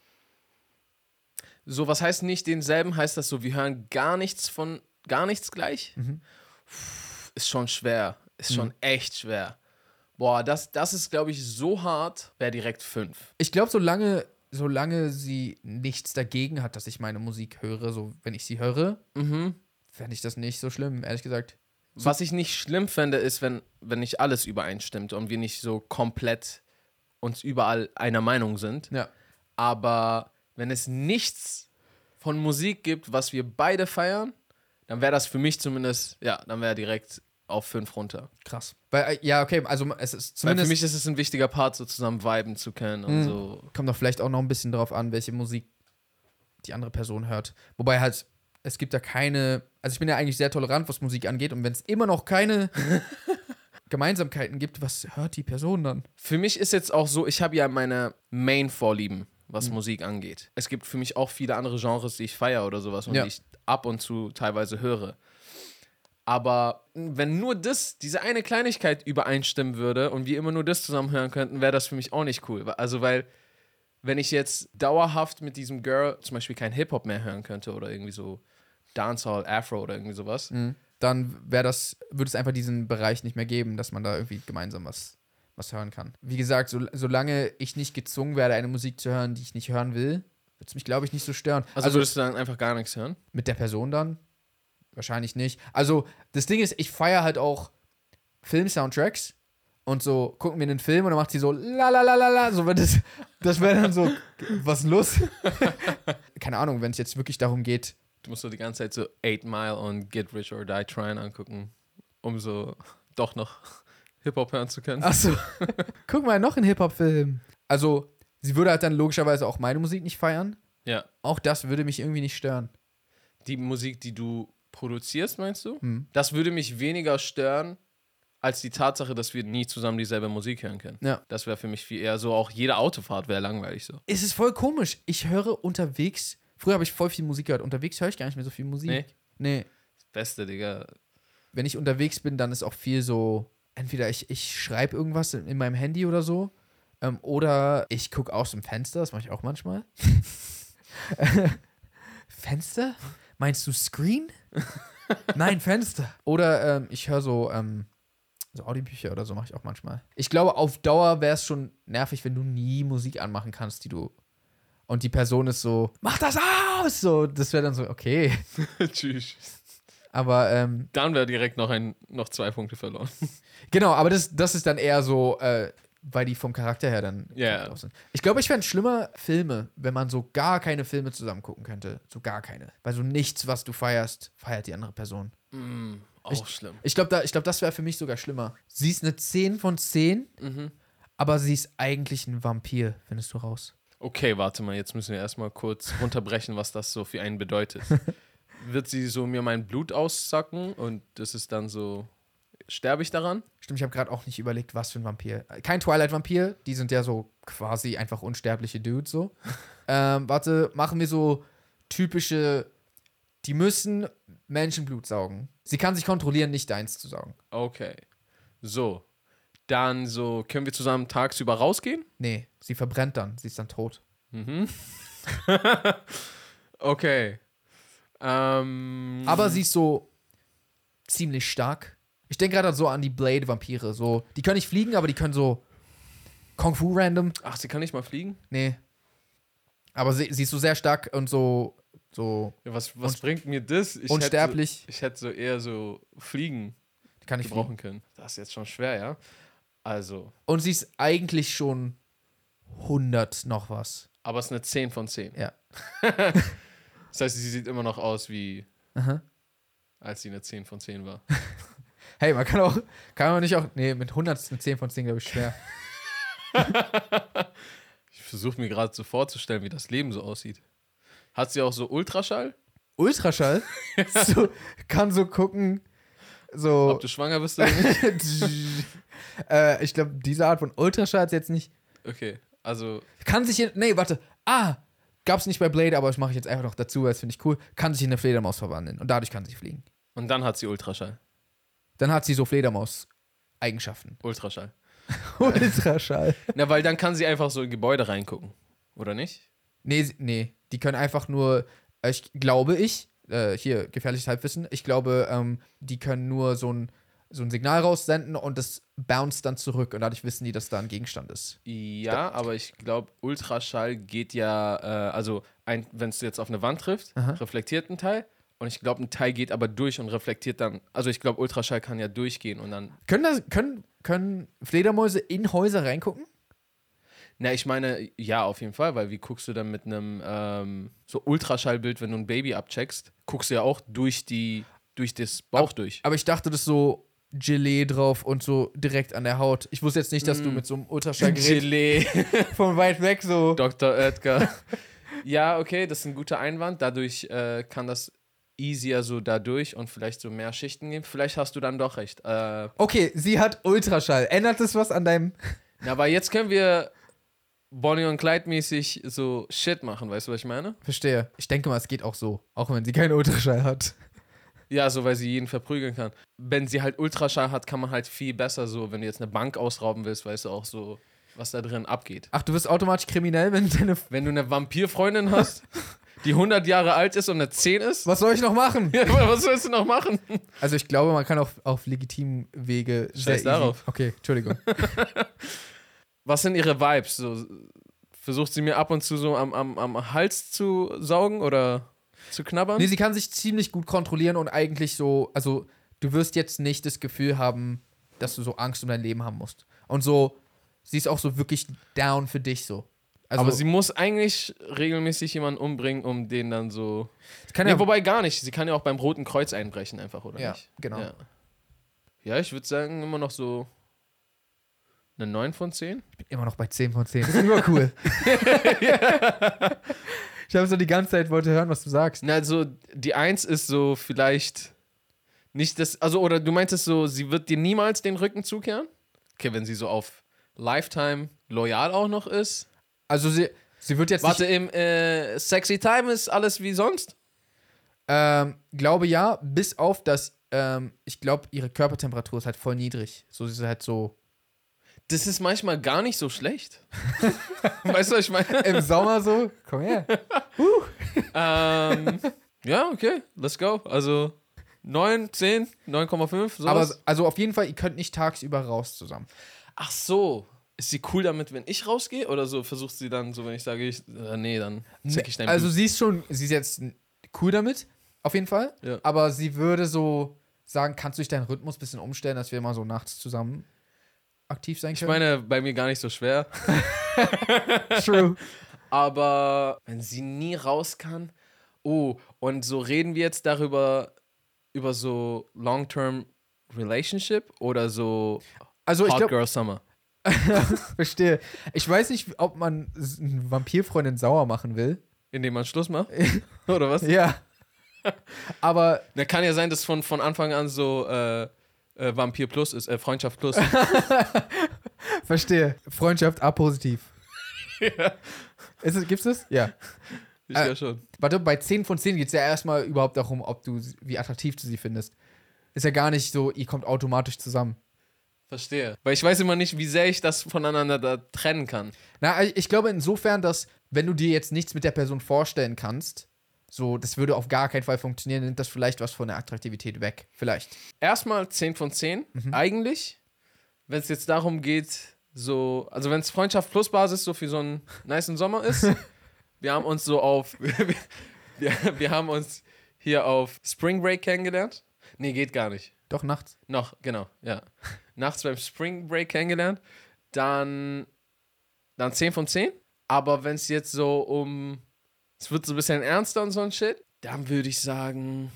So, was heißt nicht denselben? Heißt das so, wir hören gar nichts gleich? Ist schon schwer. Ist schon echt schwer. Boah, das ist, glaube ich, so hart, wäre direkt 5. Ich glaube, solange sie nichts dagegen hat, dass ich meine Musik höre, so wenn ich sie höre, fände ich das nicht so schlimm, ehrlich gesagt. Was ich nicht schlimm fände, ist, wenn nicht alles übereinstimmt und wir nicht so komplett uns überall einer Meinung sind. Ja. Aber wenn es nichts von Musik gibt, was wir beide feiern, dann wäre das für mich zumindest, ja, dann wäre direkt auf 5 runter. Krass. Weil, ja, okay, also es ist Weil zumindest. für mich ist es ein wichtiger Part, so zusammen viben zu können und so. Kommt doch vielleicht auch noch ein bisschen drauf an, welche Musik die andere Person hört. Wobei halt, es gibt da keine. Also ich bin ja eigentlich sehr tolerant, was Musik angeht, und wenn es immer noch keine Gemeinsamkeiten gibt, was hört die Person dann? Für mich ist jetzt auch so, ich habe ja meine Main-Vorlieben, was Musik angeht. Es gibt für mich auch viele andere Genres, die ich feiere oder sowas und die ich ab und zu teilweise höre. Aber wenn nur diese eine Kleinigkeit übereinstimmen würde und wir immer nur das zusammen hören könnten, wäre das für mich auch nicht cool. Also, weil, wenn ich jetzt dauerhaft mit diesem Girl zum Beispiel kein Hip-Hop mehr hören könnte oder irgendwie so Dancehall, Afro oder irgendwie sowas. Dann würde es einfach diesen Bereich nicht mehr geben, dass man da irgendwie gemeinsam was hören kann. Wie gesagt, solange ich nicht gezwungen werde, eine Musik zu hören, die ich nicht hören will, wird es mich, glaube ich, nicht so stören. Also würdest du dann einfach gar nichts hören? Mit der Person dann? Wahrscheinlich nicht. Also, das Ding ist, ich feiere halt auch Film-Soundtracks und so gucken wir einen Film und dann macht sie so la la la la la, so, das wäre dann so, was ist denn los? Keine Ahnung, wenn es jetzt wirklich darum geht. Du musst so die ganze Zeit so 8 Mile und Get Rich or Die Trying angucken, um so doch noch Hip-Hop hören zu können. Achso, guck mal, noch ein Hip-Hop-Film. Also, sie würde halt dann logischerweise auch meine Musik nicht feiern. Ja. Auch das würde mich irgendwie nicht stören. Die Musik, die du produzierst, meinst du? Das würde mich weniger stören, als die Tatsache, dass wir nie zusammen dieselbe Musik hören können. Ja. Das wäre für mich viel eher so, auch jede Autofahrt wäre langweilig so. Es ist voll komisch. Ich höre unterwegs, früher habe ich voll viel Musik gehört, unterwegs höre ich gar nicht mehr so viel Musik. Nee. Das Beste, Digga. Wenn ich unterwegs bin, dann ist auch viel so, entweder ich schreibe irgendwas in meinem Handy oder so, oder ich gucke aus dem Fenster, das mache ich auch manchmal. Fenster? Meinst du Screen? Nein, Fenster. Oder ich höre so Audiobücher oder so mache ich auch manchmal. Ich glaube, auf Dauer wäre es schon nervig, wenn du nie Musik anmachen kannst, und die Person ist so, mach das aus! So, das wäre dann so, okay. Tschüss. Aber, dann wäre direkt noch 2 Punkte verloren. Genau, aber das ist dann eher so, weil die vom Charakter her dann drauf sind. Ich glaube, ich fände es schlimmer, Filme, wenn man so gar keine Filme zusammen gucken könnte. So gar keine. Weil so nichts, was du feierst, feiert die andere Person. Auch schlimm. Ich glaube, das wäre für mich sogar schlimmer. Sie ist eine 10 von 10, aber sie ist eigentlich ein Vampir, findest du raus. Okay, warte mal, jetzt müssen wir erstmal kurz runterbrechen, was das so für einen bedeutet. Wird sie so mir mein Blut aussacken und das ist dann so sterbe ich daran. Stimmt, ich habe gerade auch nicht überlegt, was für ein Vampir. Kein Twilight-Vampir, die sind ja so quasi einfach unsterbliche Dudes so. Warte, machen wir so typische, die müssen Menschenblut saugen. Sie kann sich kontrollieren, nicht deins zu saugen. Okay. So. Dann so, können wir zusammen tagsüber rausgehen? Nee, sie verbrennt dann, sie ist dann tot. Okay. Aber sie ist so ziemlich stark. Ich denke gerade so an die Blade-Vampire. So, die können nicht fliegen, aber die können so Kung Fu random. Ach, sie kann nicht mal fliegen? Nee. Aber sie ist so sehr stark und so Ja, was bringt mir das? unsterblich. Ich hätte so eher so Fliegen Die kann nicht gebrauchen fliegen. können. Das ist jetzt schon schwer, ja? Also. Und sie ist eigentlich schon 100 noch was. Aber es ist eine 10 von 10. Ja. Das heißt, sie sieht immer noch aus wie, Aha. als sie eine 10 von 10 war. Hey, kann man nicht auch, nee, mit 100 ist eine 10 von 10, glaube ich, schwer. Ich versuche mir gerade so vorzustellen, wie das Leben so aussieht. Hat sie auch so Ultraschall? Ultraschall? So, kann so gucken, so. Ob du schwanger bist oder nicht? Ich glaube, diese Art von Ultraschall hat jetzt nicht. Okay, also. Kann sich in. Nee, warte. Gab's nicht bei Blade, aber das mache ich jetzt einfach noch dazu, weil das finde ich cool. Kann sich in eine Fledermaus verwandeln und dadurch kann sie fliegen. Und dann hat sie Ultraschall. Dann hat sie so Fledermaus-Eigenschaften. Ultraschall. Ultraschall. Na, weil dann kann sie einfach so in Gebäude reingucken. Oder nicht? Nee, die können einfach nur, hier, gefährliches Halbwissen, ich glaube, die können nur so ein Signal raussenden und das bounced dann zurück und dadurch wissen die, dass da ein Gegenstand ist. Ja, aber ich glaube, Ultraschall geht ja, wenn es jetzt auf eine Wand trifft, reflektiert ein Teil. Und ich glaube, ein Teil geht aber durch und reflektiert dann. Also ich glaube, Ultraschall kann ja durchgehen und dann. Können Fledermäuse in Häuser reingucken? Na, ich meine, ja, auf jeden Fall, weil wie guckst du dann mit einem so Ultraschallbild, wenn du ein Baby abcheckst, guckst du ja auch durch das Bauch durch. Aber ich dachte, das ist so Gelee drauf und so direkt an der Haut. Ich wusste jetzt nicht, dass du mit so einem Ultraschallgerät Gelee. von weit weg so. Dr. Oetker. Ja, okay, das ist ein guter Einwand. Dadurch kann das easier so dadurch und vielleicht so mehr Schichten geben. Vielleicht hast du dann doch recht. Okay, sie hat Ultraschall. Ändert das was an deinem... Na, aber jetzt können wir Bonnie und Clyde mäßig so Shit machen, weißt du, was ich meine? Verstehe. Ich denke mal, es geht auch so. Auch wenn sie keinen Ultraschall hat. Ja, so, weil sie jeden verprügeln kann. Wenn sie halt Ultraschall hat, kann man halt viel besser so, wenn du jetzt eine Bank ausrauben willst, weißt du auch so, was da drin abgeht. Ach, du wirst automatisch kriminell, wenn Wenn du eine Vampirfreundin hast, die 100 Jahre alt ist und eine 10 ist. Was soll ich noch machen? Ja, was sollst du noch machen? Also ich glaube, man kann auf legitimen Wege Scheiß darauf. Okay, Entschuldigung. Was sind ihre Vibes? So, versucht sie mir ab und zu so am Hals zu saugen oder zu knabbern? Nee, sie kann sich ziemlich gut kontrollieren und eigentlich so, also du wirst jetzt nicht das Gefühl haben, dass du so Angst um dein Leben haben musst. Und so, sie ist auch so wirklich down für dich so. Also, aber sie muss eigentlich regelmäßig jemanden umbringen, um den dann so. kann Nee, ja, wobei gar nicht. Sie kann ja auch beim Roten Kreuz einbrechen, einfach, oder ja, nicht? genau. Ja, ich würde sagen, immer noch so eine 9 von 10. Ich bin immer noch bei 10 von 10. Das ist immer cool. Ich habe so die ganze Zeit wollte hören, was du sagst. Na, also die 1 ist so vielleicht nicht das. Also, oder du meintest so, sie wird dir niemals den Rücken zukehren? Okay, wenn sie so auf Lifetime loyal auch noch ist. Also sie wird jetzt Warte, im Sexy Time ist alles wie sonst? Glaube ja, bis auf, dass ich glaube, ihre Körpertemperatur ist halt voll niedrig. So, sie ist halt so. Das ist manchmal gar nicht so schlecht. Weißt du, was ich meine? Im Sommer so, komm her. Ja, okay, let's go. Also 9, 10, 9,5, sowas. Aber also auf jeden Fall, ihr könnt nicht tagsüber raus zusammen. Ach so. Ist sie cool damit, wenn ich rausgehe? Oder so versucht sie dann so, wenn ich sage, nee, dann zick ich dein Also Blut. sie ist jetzt cool damit, auf jeden Fall. Ja. Aber sie würde so sagen, kannst du dich deinen Rhythmus ein bisschen umstellen, dass wir mal so nachts zusammen aktiv sein Ich können? meine, bei mir gar nicht so schwer. True. Aber wenn sie nie raus kann. Oh, und so reden wir jetzt darüber, über so Long-Term Relationship oder so Also ich Hot glaube, Girl Summer? verstehe. Ich weiß nicht, ob man eine Vampirfreundin sauer machen will. Indem man Schluss macht? Oder was? Ja. Aber Da kann ja sein, dass von Anfang an so Vampir Plus ist, Freundschaft Plus. Verstehe. Freundschaft A-positiv. Ja. Gibt's das? Ja. Ja schon. Warte, bei 10 von 10 geht es ja erstmal überhaupt darum, wie attraktiv du sie findest. Ist ja gar nicht so, ihr kommt automatisch zusammen. Verstehe. Weil ich weiß immer nicht, wie sehr ich das voneinander da trennen kann. Na, ich glaube insofern, dass, wenn du dir jetzt nichts mit der Person vorstellen kannst, so, das würde auf gar keinen Fall funktionieren, nimmt das vielleicht was von der Attraktivität weg. Vielleicht. Erstmal 10 von 10. Eigentlich, wenn es jetzt darum geht, so, also wenn es Freundschaft plus Basis so für so einen nicen Sommer ist, wir haben uns so auf, wir haben uns hier auf Spring Break kennengelernt. Nee, geht gar nicht. Doch, nachts. Noch, genau, ja. Nachts beim Spring Break kennengelernt. Dann 10 von 10. Aber wenn es jetzt so es wird so ein bisschen ernster und so ein Shit, dann würde ich sagen,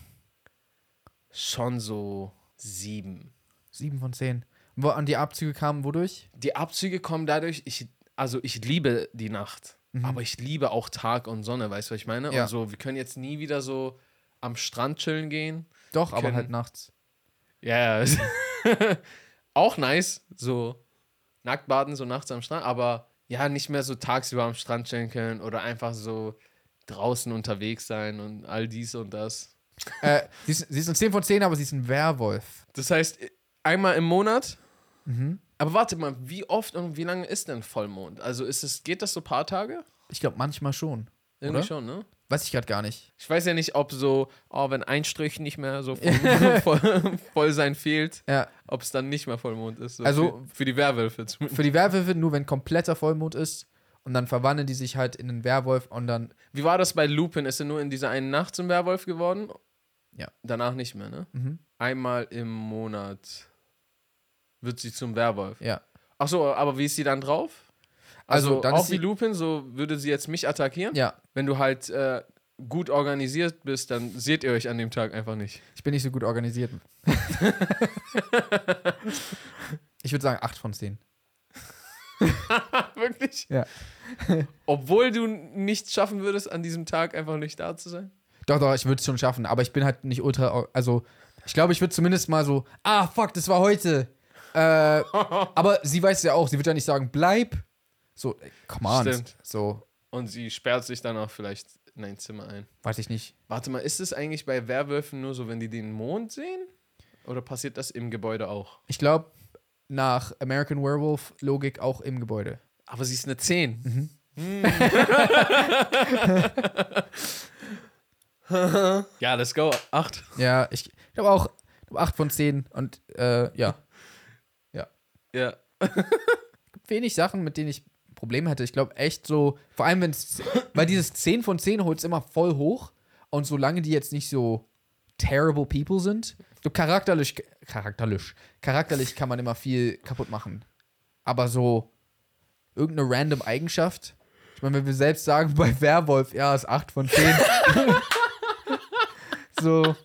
schon so 7. 7 von 10. Wo an die Abzüge kamen, wodurch? Die Abzüge kommen dadurch, ich liebe die Nacht, aber ich liebe auch Tag und Sonne, weißt du, was ich meine? Ja. Und so, wir können jetzt nie wieder so am Strand chillen gehen. Doch, aber halt nachts. Ja, auch nice, so nackt baden, so nachts am Strand, aber ja, nicht mehr so tagsüber am Strand chillen können oder einfach so draußen unterwegs sein und all dies und das. Sie ist ein 10 von 10, aber sie ist ein Werwolf. Das heißt, einmal im Monat. Aber warte mal, wie oft und wie lange ist denn Vollmond? Also geht das so ein paar Tage? Ich glaube, manchmal schon. Irgendwie oder? schon, ne? Weiß ich gerade gar nicht. Ich weiß ja nicht, ob so, wenn ein Strich nicht mehr so voll sein fehlt, Ja. ob es dann nicht mehr Vollmond ist. So Also für die Werwölfe zumindest. Für die Werwölfe nur, wenn kompletter Vollmond ist und dann verwandeln die sich halt in einen Werwolf und dann. Wie war das bei Lupin? Ist er nur in dieser einen Nacht zum Werwolf geworden? Ja. Danach nicht mehr, ne? Mhm. Einmal im Monat wird sie zum Werwolf. Ja. Ach so, aber wie ist sie dann drauf? Also dann auch ist wie Lupin, so würde sie jetzt mich attackieren? Ja. Wenn du halt gut organisiert bist, dann seht ihr euch an dem Tag einfach nicht. Ich bin nicht so gut organisiert. Ich würde sagen 8 von 10. Wirklich? Ja. Obwohl du nichts schaffen würdest, an diesem Tag einfach nicht da zu sein? Doch, ich würde es schon schaffen, aber ich bin halt nicht ultra. Also, ich glaube, ich würde zumindest mal so, fuck, das war heute. Aber sie weiß ja auch, sie wird ja nicht sagen, bleib. So, come on. Stimmt. So, Und sie sperrt sich dann auch vielleicht in ein Zimmer ein. weiß ich nicht. Warte mal, ist es eigentlich bei Werwölfen nur so, wenn die den Mond sehen? Oder passiert das im Gebäude auch? Ich glaube, nach American Werewolf Logik auch im Gebäude. Aber sie ist eine 10. Ja, let's go. 8. Ja, ich glaube auch 8 von 10 und ja. Ja. Gibt wenig Sachen, mit denen ich Probleme hätte. Ich glaube echt so, vor allem weil dieses 10 von 10 holt es immer voll hoch und solange die jetzt nicht so terrible people sind, so charakterlich kann man immer viel kaputt machen. Aber so irgendeine random Eigenschaft, ich meine, wenn wir selbst sagen, bei Werwolf, ja, ist 8 von 10. So.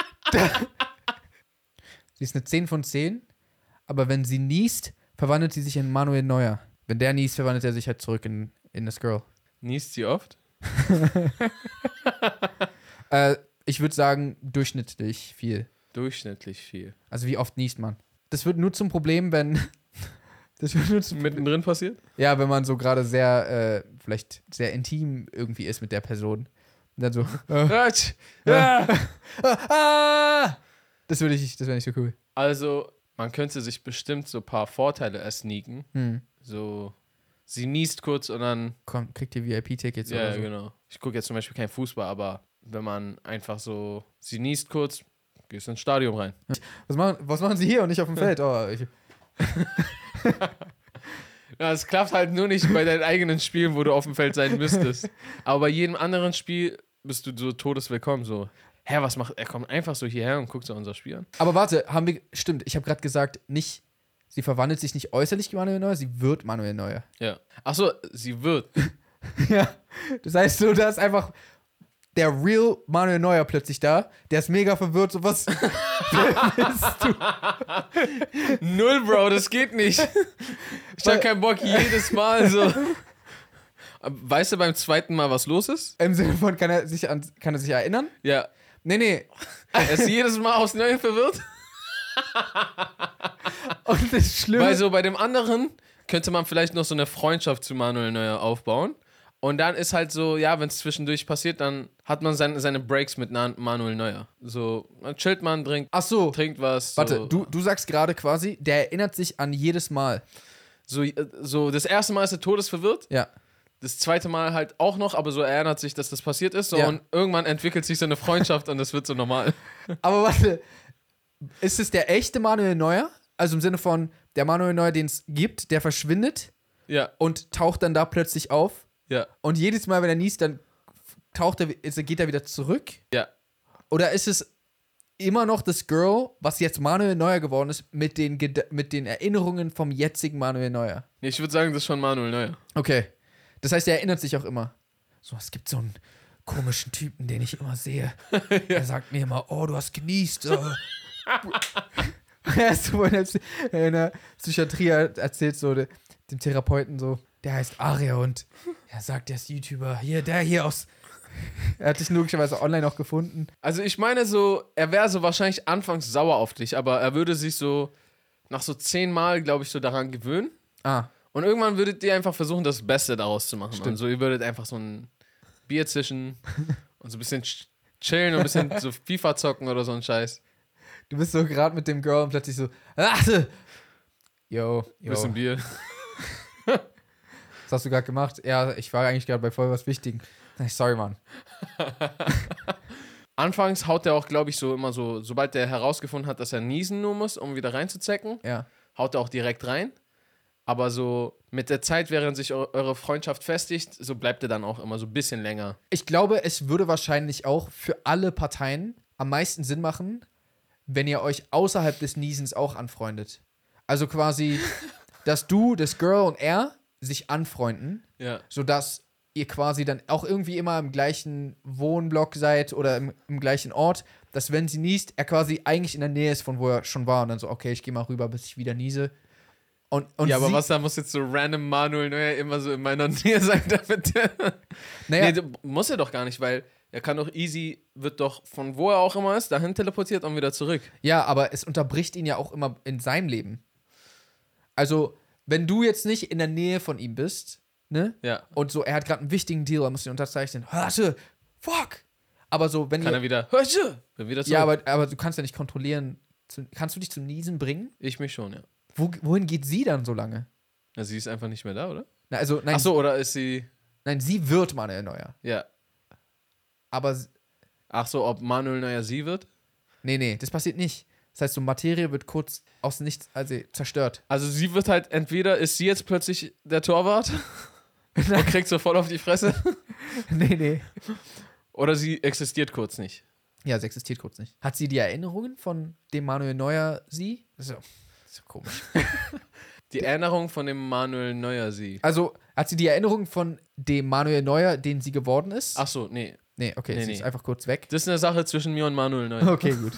Sie ist eine 10 von 10, aber wenn sie niest, verwandelt sie sich in Manuel Neuer. Wenn der niest, verwandelt er sich halt zurück in das Girl. Niest sie oft? Ich würde sagen, durchschnittlich viel. Durchschnittlich viel. Also wie oft niest man? Das wird nur zum Problem, wenn das wird nur zum Mittendrin passiert? Ja, wenn man so gerade sehr, vielleicht sehr intim irgendwie ist mit der Person. Und dann so. Das wäre nicht so cool. Also, man könnte sich bestimmt so ein paar Vorteile ersneaken. So, sie niest kurz und dann. Komm, kriegt ihr VIP-Tickets Ja, oder so. genau. Ich gucke jetzt zum Beispiel keinen Fußball, aber wenn man einfach so, sie niest kurz, gehst ins Stadion rein. Was machen sie hier und nicht auf dem Feld? Oh, Ja, es klappt halt nur nicht bei deinen eigenen Spielen, wo du auf dem Feld sein müsstest. Aber bei jedem anderen Spiel bist du so todeswillkommen. So, was macht er? Kommt einfach so hierher und guckt so unser Spiel an. Aber warte, stimmt, ich habe gerade gesagt, sie verwandelt sich nicht äußerlich Manuel Neuer, sie wird Manuel Neuer. Ja. Achso, sie wird. Ja, das heißt so, da ist einfach der real Manuel Neuer plötzlich da, der ist mega verwirrt, so was willst du? Null, Bro, das geht nicht. Ich hab keinen Bock jedes Mal so. Weißt du beim zweiten Mal, was los ist? Im Sinne von, kann er sich erinnern? Ja. Nee. Er ist jedes Mal aufs Neue verwirrt. Und das Schlimme... Weil so bei dem anderen könnte man vielleicht noch so eine Freundschaft zu Manuel Neuer aufbauen. Und dann ist halt so, ja, wenn es zwischendurch passiert, dann hat man seine Breaks mit Manuel Neuer. So, dann chillt man, trinkt was. Warte, so. du sagst gerade quasi, der erinnert sich an jedes Mal. So, das erste Mal ist er todesverwirrt. Ja. Das zweite Mal halt auch noch, aber so erinnert sich, dass das passiert ist. So, Ja. und irgendwann entwickelt sich so eine Freundschaft und das wird so normal. Aber warte, ist es der echte Manuel Neuer? Also im Sinne von, der Manuel Neuer, den es gibt, der verschwindet Ja, und taucht dann da plötzlich auf. ja, Und jedes Mal, wenn er niest, dann geht er wieder zurück? ja. Oder ist es immer noch das Girl, was jetzt Manuel Neuer geworden ist, mit den Erinnerungen vom jetzigen Manuel Neuer? Nee, ich würde sagen, das ist schon Manuel Neuer. Okay. Das heißt, er erinnert sich auch immer. So, es gibt so einen komischen Typen, den ich immer sehe. Er sagt mir immer, oh, du hast genießt. Er ist so in der Psychiatrie erzählt so dem Therapeuten so, der heißt Aria und er sagt, der ist YouTuber. Der hier aus... Er hat dich logischerweise online auch gefunden. Also ich meine so, er wäre so wahrscheinlich anfangs sauer auf dich, aber er würde sich so nach so 10 Mal, glaube ich, so daran gewöhnen. Ah, Und irgendwann würdet ihr einfach versuchen, das Beste daraus zu machen. Stimmt. Und so, ihr würdet einfach so ein Bier zischen und so ein bisschen chillen und ein bisschen so FIFA zocken oder so ein Scheiß. du bist so gerade mit dem Girl und plötzlich so, yo. Bisschen Bier. Was hast du gerade gemacht? Ja, ich war eigentlich gerade bei voll was Wichtigem. Sorry, Mann. Anfangs haut er auch, glaube ich, so immer so, sobald er herausgefunden hat, dass er niesen nur muss, um wieder reinzuzecken, Ja. haut er auch direkt rein. Aber so mit der Zeit, während sich eure Freundschaft festigt, so bleibt er dann auch immer so ein bisschen länger. Ich glaube, es würde wahrscheinlich auch für alle Parteien am meisten Sinn machen, wenn ihr euch außerhalb des Niesens auch anfreundet. Also quasi, dass du, das Girl und er sich anfreunden, Ja. sodass ihr quasi dann auch irgendwie immer im gleichen Wohnblock seid oder im gleichen Ort, dass wenn sie niest, er quasi eigentlich in der Nähe ist, von wo er schon war und dann so, okay, ich gehe mal rüber, bis ich wieder niese. Und Ja, aber sie, was, da muss jetzt so random Manuel Neuer immer so in meiner Nähe sein, damit der... Naja, Nee, muss er doch gar nicht, weil er kann doch easy, wird doch von wo er auch immer ist, dahin teleportiert und wieder zurück. ja, aber es unterbricht ihn ja auch immer in seinem Leben. Also, wenn du jetzt nicht in der Nähe von ihm bist, ne? Ja. Und so, er hat gerade einen wichtigen Deal, er muss ihn unterzeichnen. Warte, fuck! Aber so, wenn Kann ihr... er wieder, bin wieder zurück. Ja, aber du kannst ja nicht kontrollieren. Kannst du dich zum Niesen bringen? Ich mich schon, ja. Wohin geht sie dann so lange? Ja, sie ist einfach nicht mehr da, oder? Na, also, nein, Ach so, oder ist sie, nein, sie wird Manuel Neuer. ja. Aber, Ach so, ob Manuel Neuer sie wird? nee, das passiert nicht. Das heißt, so Materie wird kurz aus dem Nichts, also zerstört. Also sie wird halt, entweder ist sie jetzt plötzlich der Torwart und kriegt so voll auf die Fresse, nee. oder sie existiert kurz nicht. Ja, sie existiert kurz nicht. Hat sie die Erinnerungen von dem Manuel Neuer sie? Das ist ja komisch. Die Erinnerung von dem Manuel Neuer sie. Also, hat sie die Erinnerungen von dem Manuel Neuer, den sie geworden ist? Ach so, nee. Nee, okay, Nee, sie nee. ist einfach kurz weg. Das ist eine Sache zwischen mir und Manuel Neuer. Okay, gut.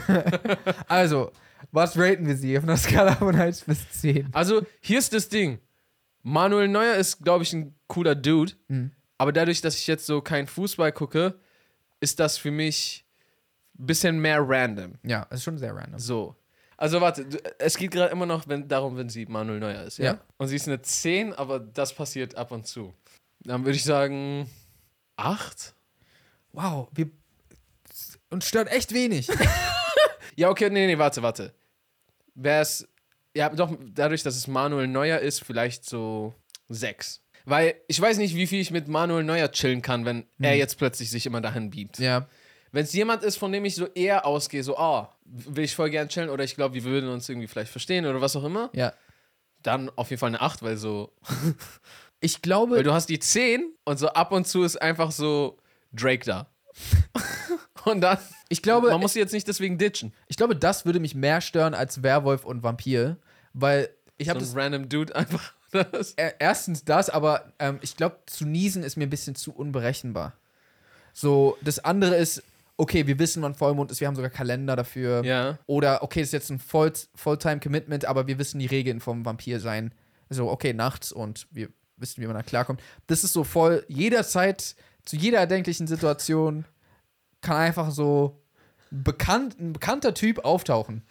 Also, was raten wir sie auf einer Skala von 1 bis 10? Also, hier ist das Ding. Manuel Neuer ist, glaube ich, ein cooler Dude. Mhm. Aber dadurch, dass ich jetzt so kein Fußball gucke, ist das für mich ein bisschen mehr random. Ja, es ist schon sehr random. So. Also warte, es geht gerade immer noch darum, wenn sie Manuel Neuer ist, ja? Ja. Und sie ist eine 10, aber das passiert ab und zu. Dann würde ich sagen 8? Wow, uns stört echt wenig. Ja, okay, nee, warte. Wär's, ja, doch, dadurch, dass es Manuel Neuer ist, vielleicht so 6. Weil ich weiß nicht, wie viel ich mit Manuel Neuer chillen kann, wenn er jetzt plötzlich sich immer dahin beamt. Ja. Wenn es jemand ist, von dem ich so eher ausgehe, so, will ich voll gern chillen oder ich glaube, wir würden uns irgendwie vielleicht verstehen oder was auch immer, Ja. dann auf jeden Fall eine 8, weil so, Ich weil glaube, du hast die 10 und so ab und zu ist einfach so Drake da. Und dann, man muss sie jetzt nicht deswegen ditchen. ich glaube, das würde mich mehr stören als Werwolf und Vampir, weil ich So habe ein das random Dude einfach. Das. erstens das, aber ich glaube, zu niesen ist mir ein bisschen zu unberechenbar. So, das andere ist, okay, wir wissen, wann Vollmond ist, wir haben sogar Kalender dafür. Ja. Oder, okay, das ist jetzt ein Fulltime-Commitment, aber wir wissen die Regeln vom Vampir sein. So, okay, nachts und wir wissen, wie man da klarkommt. Das ist so voll, jederzeit, zu jeder erdenklichen Situation kann einfach so ein bekannter Typ auftauchen.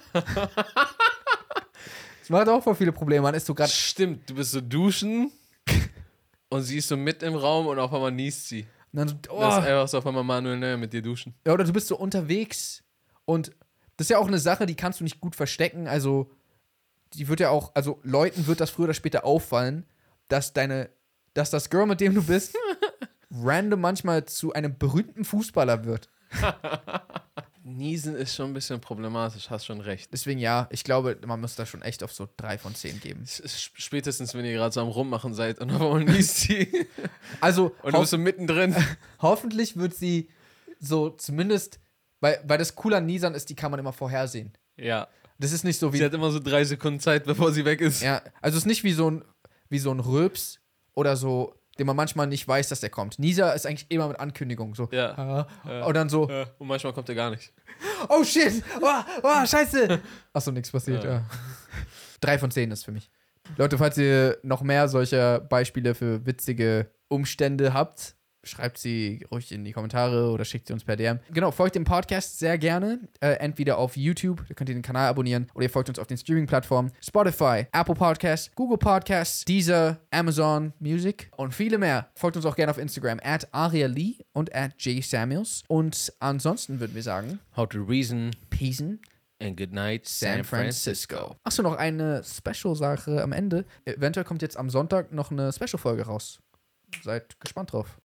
Das macht auch voll viele Probleme. Man ist so gerade. Stimmt, du bist so duschen und sie ist so mit im Raum und auf einmal niest sie. Das ist einfach so auf einmal Manuel Neuer mit dir duschen. Ja, oder du bist so unterwegs und das ist ja auch eine Sache, die kannst du nicht gut verstecken. Also, die wird ja auch, also Leuten wird das früher oder später auffallen, dass das Girl, mit dem du bist, random manchmal zu einem berühmten Fußballer wird. Niesen ist schon ein bisschen problematisch, hast schon recht. Deswegen ja, ich glaube, man muss da schon echt auf so 3 von 10 geben. Spätestens, wenn ihr gerade so am Rummachen seid und auf einmal niest sie. Also, und du bist so mittendrin. Hoffentlich wird sie so zumindest, weil das Coole an Niesern ist, die kann man immer vorhersehen. Ja. Das ist nicht so wie. Sie hat immer so 3 Sekunden Zeit, bevor sie weg ist. Ja, also es ist nicht wie so ein Rülps oder so, den man manchmal nicht weiß, dass der kommt. Nieser ist eigentlich immer mit Ankündigung. So. Ja. Und dann so. Und manchmal kommt er gar nicht. Oh shit! Oh, scheiße! Achso, nichts passiert, ja. 3 von 10 ist für mich. Leute, falls ihr noch mehr solcher Beispiele für witzige Umstände habt, schreibt sie ruhig in die Kommentare oder schickt sie uns per DM. Genau, folgt dem Podcast sehr gerne. Entweder auf YouTube, da könnt ihr den Kanal abonnieren, oder ihr folgt uns auf den Streaming-Plattformen Spotify, Apple Podcasts, Google Podcasts, Deezer, Amazon Music und viele mehr. Folgt uns auch gerne auf Instagram @AriaLee und @JSamuels. Und ansonsten würden wir sagen, How to reason Peace and good night, San Francisco. Achso, noch eine Special-Sache am Ende. Eventuell kommt jetzt am Sonntag noch eine Special-Folge raus. Seid gespannt drauf.